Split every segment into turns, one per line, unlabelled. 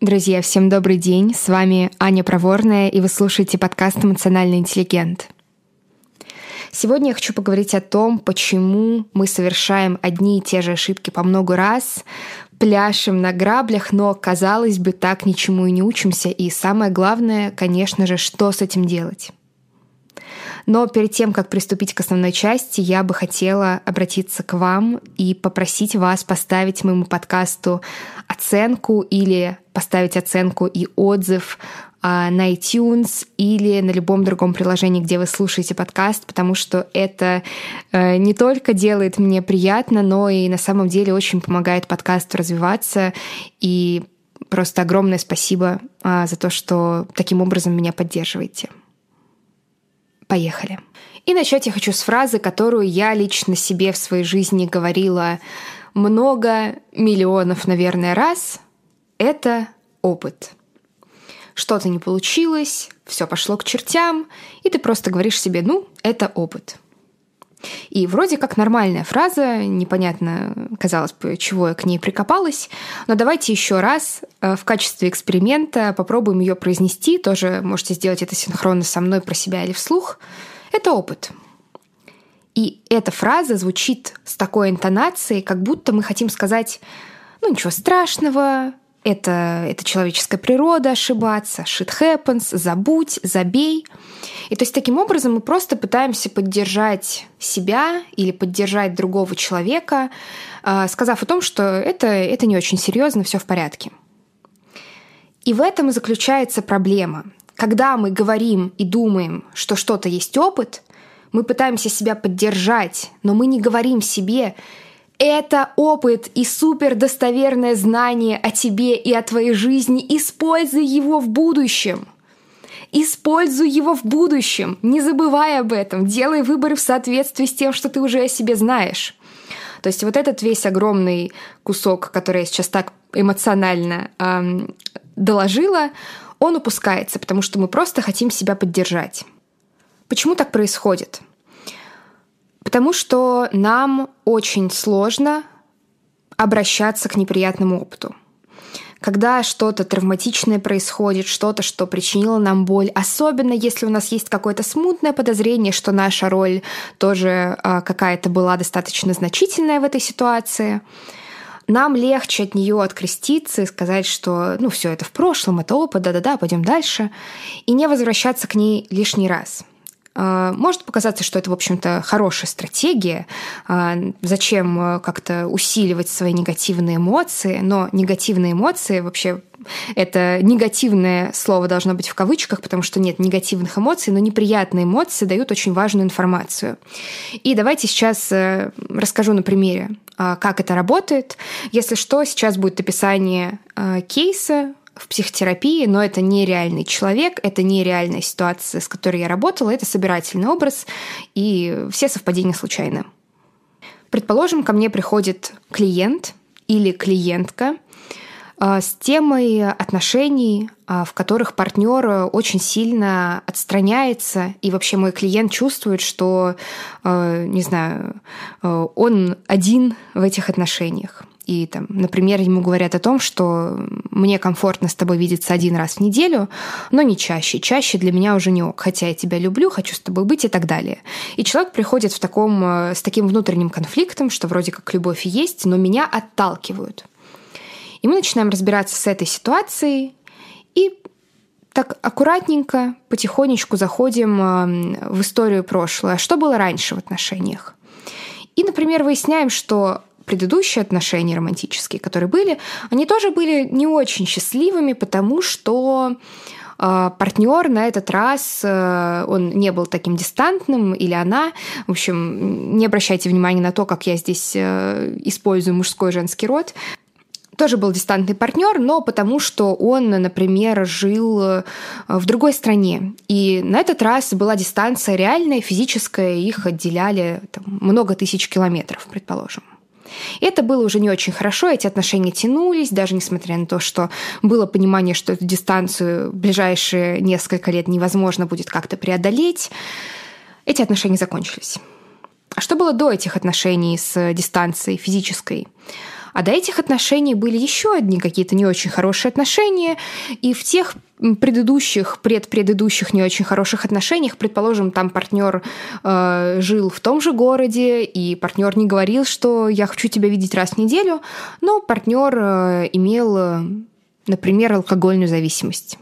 Друзья, всем добрый день. С вами Аня Проворная, и вы слушаете подкаст «Эмоциональный интеллигент». Сегодня я хочу поговорить о том, почему мы совершаем одни и те же ошибки по много раз, пляшем на граблях, но, казалось бы, так ничему и не учимся. И самое главное, конечно же, что с этим делать. Но перед тем, как приступить к основной части, я бы хотела обратиться к вам и попросить вас поставить моему подкасту оценку или поставить оценку и отзыв на iTunes или на любом другом приложении, где вы слушаете подкаст, потому что это не только делает мне приятно, но и на самом деле очень помогает подкасту развиваться. И просто огромное спасибо за то, что таким образом меня поддерживаете. Поехали. И начать я хочу с фразы, которую я лично себе в своей жизни говорила много миллионов, наверное, раз. Это опыт. Что-то не получилось, все пошло к чертям, и ты просто говоришь себе, это опыт. И вроде как нормальная фраза, непонятно, казалось бы, чего я к ней прикопалась, но давайте еще раз в качестве эксперимента попробуем ее произнести, тоже можете сделать это синхронно со мной про себя или вслух. Это опыт. И эта фраза звучит с такой интонацией, как будто мы хотим сказать, ничего страшного, это человеческая природа ошибаться, shit happens, забудь, забей. И то есть таким образом мы просто пытаемся поддержать себя или поддержать другого человека, сказав о том, что это не очень серьезно, все в порядке. И в этом и заключается проблема. Когда мы говорим и думаем, что что-то есть опыт, мы пытаемся себя поддержать, но мы не говорим себе: это опыт и супердостоверное знание о тебе и о твоей жизни. Используй его в будущем. Используй его в будущем. Не забывай об этом. Делай выборы в соответствии с тем, что ты уже о себе знаешь. То есть вот этот весь огромный кусок, который я сейчас так эмоционально доложила, он упускается, потому что мы просто хотим себя поддержать. Почему так происходит? Потому что нам очень сложно обращаться к неприятному опыту. Когда что-то травматичное происходит, что-то, что причинило нам боль, особенно если у нас есть какое-то смутное подозрение, что наша роль тоже какая-то была достаточно значительная в этой ситуации, нам легче от нее откреститься и сказать, что все это в прошлом, это опыт, да-да-да, пойдем дальше, и не возвращаться к ней лишний раз. Может показаться, что это, в общем-то, хорошая стратегия. Зачем как-то усиливать свои негативные эмоции? Но негативные эмоции вообще... Это негативное слово должно быть в кавычках, потому что нет негативных эмоций, но неприятные эмоции дают очень важную информацию. И давайте сейчас расскажу на примере, как это работает. Если что, сейчас будет описание кейса в психотерапии, но это не реальный человек, это не реальная ситуация, с которой я работала, это собирательный образ, и все совпадения случайны. Предположим, ко мне приходит клиент или клиентка с темой отношений, в которых партнер очень сильно отстраняется, и вообще мой клиент чувствует, что, он один в этих отношениях. И, например, ему говорят о том, что мне комфортно с тобой видеться один раз в неделю, но не чаще. Чаще для меня уже не ок. Хотя я тебя люблю, хочу с тобой быть и так далее. И человек приходит с таким внутренним конфликтом, что вроде как любовь и есть, но меня отталкивают. И мы начинаем разбираться с этой ситуацией и так аккуратненько, потихонечку заходим в историю прошлого. Что было раньше в отношениях? И, например, выясняем, что предыдущие отношения романтические, которые были, они тоже были не очень счастливыми, потому что партнер на этот раз, он не был таким дистантным, или она. В общем, не обращайте внимания на то, как я здесь использую мужской и женский род. Тоже был дистантный партнер, но потому что он, например, жил в другой стране. И на этот раз была дистанция реальная, физическая, их отделяли много тысяч километров, предположим. И это было уже не очень хорошо, эти отношения тянулись, даже несмотря на то, что было понимание, что эту дистанцию в ближайшие несколько лет невозможно будет как-то преодолеть. Эти отношения закончились. А что было до этих отношений с дистанцией физической? А до этих отношений были еще одни какие-то не очень хорошие отношения, и в тех предпредыдущих не очень хороших отношениях, предположим, там партнер жил в том же городе, и партнер не говорил, что я хочу тебя видеть раз в неделю, но партнер имел, например, алкогольную зависимость.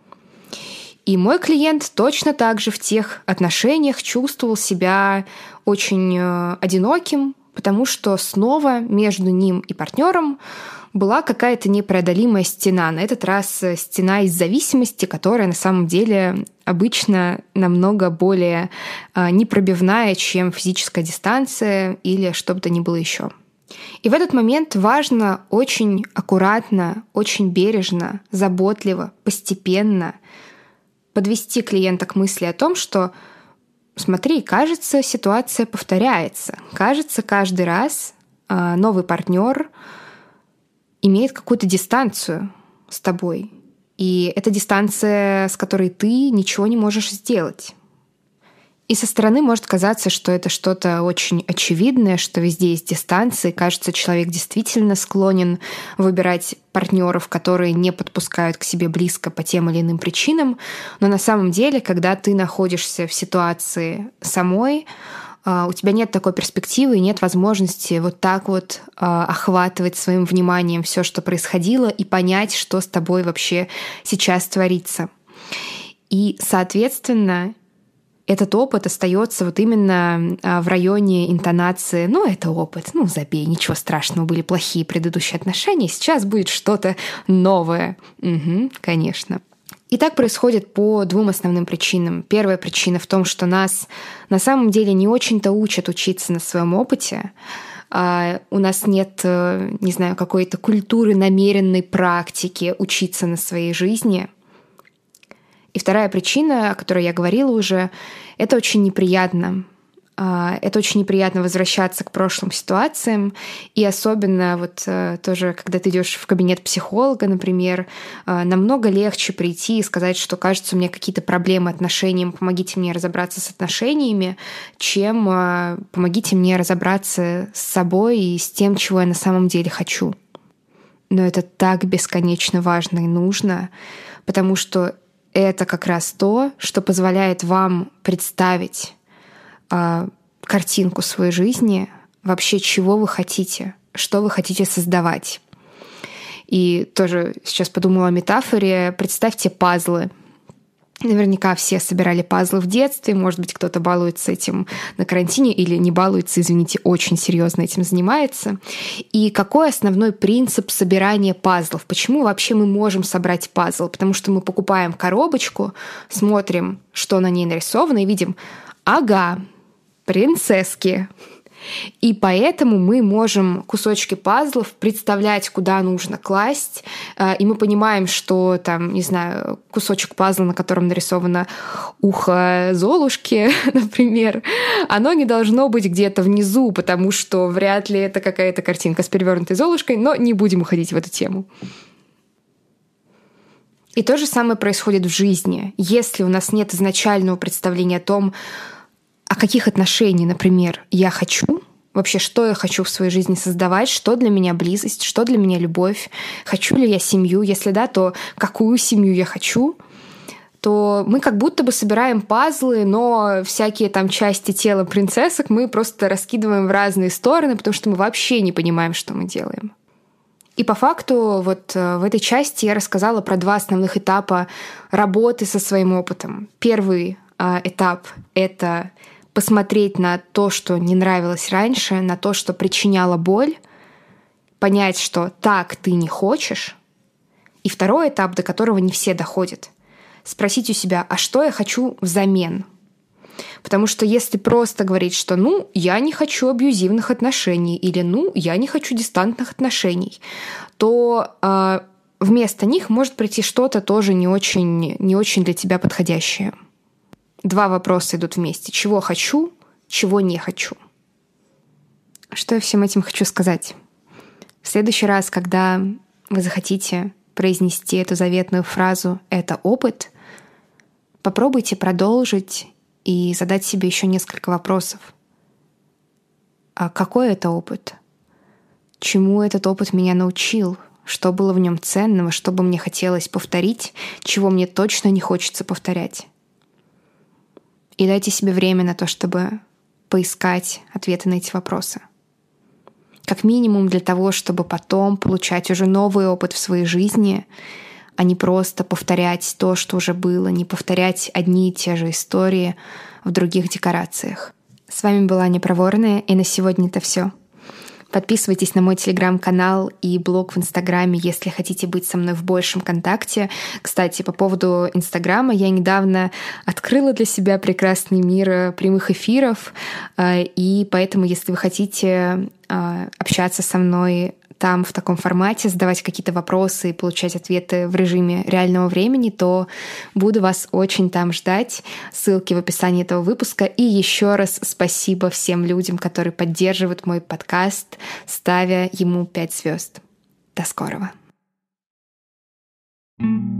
И мой клиент точно так же в тех отношениях чувствовал себя очень одиноким, потому что снова между ним и партнером была какая-то непреодолимая стена. На этот раз стена из зависимости, которая на самом деле обычно намного более непробивная, чем физическая дистанция или что бы то ни было еще. И в этот момент важно очень аккуратно, очень бережно, заботливо, постепенно подвести клиента к мысли о том, что смотри, кажется, ситуация повторяется. Кажется, каждый раз новый партнер имеет какую-то дистанцию с тобой. И это дистанция, с которой ты ничего не можешь сделать. И со стороны может казаться, что это что-то очень очевидное, что везде есть дистанции. Кажется, человек действительно склонен выбирать партнеров, которые не подпускают к себе близко по тем или иным причинам. Но на самом деле, когда ты находишься в ситуации самой, у тебя нет такой перспективы и нет возможности вот так вот охватывать своим вниманием все, что происходило, и понять, что с тобой вообще сейчас творится. И, соответственно, этот опыт остается вот именно в районе интонации. Ну, это опыт, ну, забей, ничего страшного, были плохие предыдущие отношения, сейчас будет что-то новое. Угу, конечно. И так происходит по двум основным причинам. Первая причина в том, что нас на самом деле не очень-то учат учиться на своем опыте. У нас нет, не знаю, какой-то культуры намеренной практики учиться на своей жизни. И вторая причина, о которой я говорила уже, это очень неприятно. Это очень неприятно возвращаться к прошлым ситуациям. И особенно вот тоже, когда ты идешь в кабинет психолога, например, намного легче прийти и сказать, что, кажется, у меня какие-то проблемы отношениями, помогите мне разобраться с отношениями, чем помогите мне разобраться с собой и с тем, чего я на самом деле хочу. Но это так бесконечно важно и нужно, потому что это как раз то, что позволяет вам представить картинку своей жизни, вообще чего вы хотите, что вы хотите создавать. И тоже сейчас подумала о метафоре. Представьте пазлы. Наверняка все собирали пазлы в детстве, может быть, кто-то балуется этим на карантине или не балуется, извините, очень серьезно этим занимается. И какой основной принцип собирания пазлов? Почему вообще мы можем собрать пазл? Потому что мы покупаем коробочку, смотрим, что на ней нарисовано, и видим, ага, принцесски. И поэтому мы можем кусочки пазлов представлять, куда нужно класть, и мы понимаем, что там, не знаю, кусочек пазла, на котором нарисовано ухо Золушки, например, оно не должно быть где-то внизу, потому что вряд ли это какая-то картинка с перевернутой Золушкой, но не будем уходить в эту тему. И то же самое происходит в жизни. Если у нас нет изначального представления о том, а каких отношений, например, я хочу, вообще, что я хочу в своей жизни создавать, что для меня близость, что для меня любовь, хочу ли я семью, если да, то какую семью я хочу, то мы как будто бы собираем пазлы, но всякие там части тела принцессок мы просто раскидываем в разные стороны, потому что мы вообще не понимаем, что мы делаем. И по факту вот в этой части я рассказала про два основных этапа работы со своим опытом. Первый этап — это посмотреть на то, что не нравилось раньше, на то, что причиняло боль, понять, что так ты не хочешь. И второй этап, до которого не все доходят. Спросить у себя, а что я хочу взамен? Потому что если просто говорить, что я не хочу абьюзивных отношений или я не хочу дистантных отношений, то вместо них может прийти что-то тоже не очень для тебя подходящее. Два вопроса идут вместе. Чего хочу, чего не хочу. Что я всем этим хочу сказать? В следующий раз, когда вы захотите произнести эту заветную фразу «это опыт», попробуйте продолжить и задать себе еще несколько вопросов. А какой это опыт? чему этот опыт меня научил, что было в нем ценного, что бы мне хотелось повторить, чего мне точно не хочется повторять. И дайте себе время на то, чтобы поискать ответы на эти вопросы. Как минимум для того, чтобы потом получать уже новый опыт в своей жизни, а не просто повторять то, что уже было, не повторять одни и те же истории в других декорациях. С вами была Непроворная, и на сегодня это все. Подписывайтесь на мой телеграм-канал и блог в Инстаграме, если хотите быть со мной в большем контакте. Кстати, по поводу Инстаграма, я недавно открыла для себя прекрасный мир прямых эфиров, и поэтому, если вы хотите общаться со мной там в таком формате, задавать какие-то вопросы и получать ответы в режиме реального времени, то буду вас очень там ждать. Ссылки в описании этого выпуска. И еще раз спасибо всем людям, которые поддерживают мой подкаст, ставя ему 5 звезд. До скорого.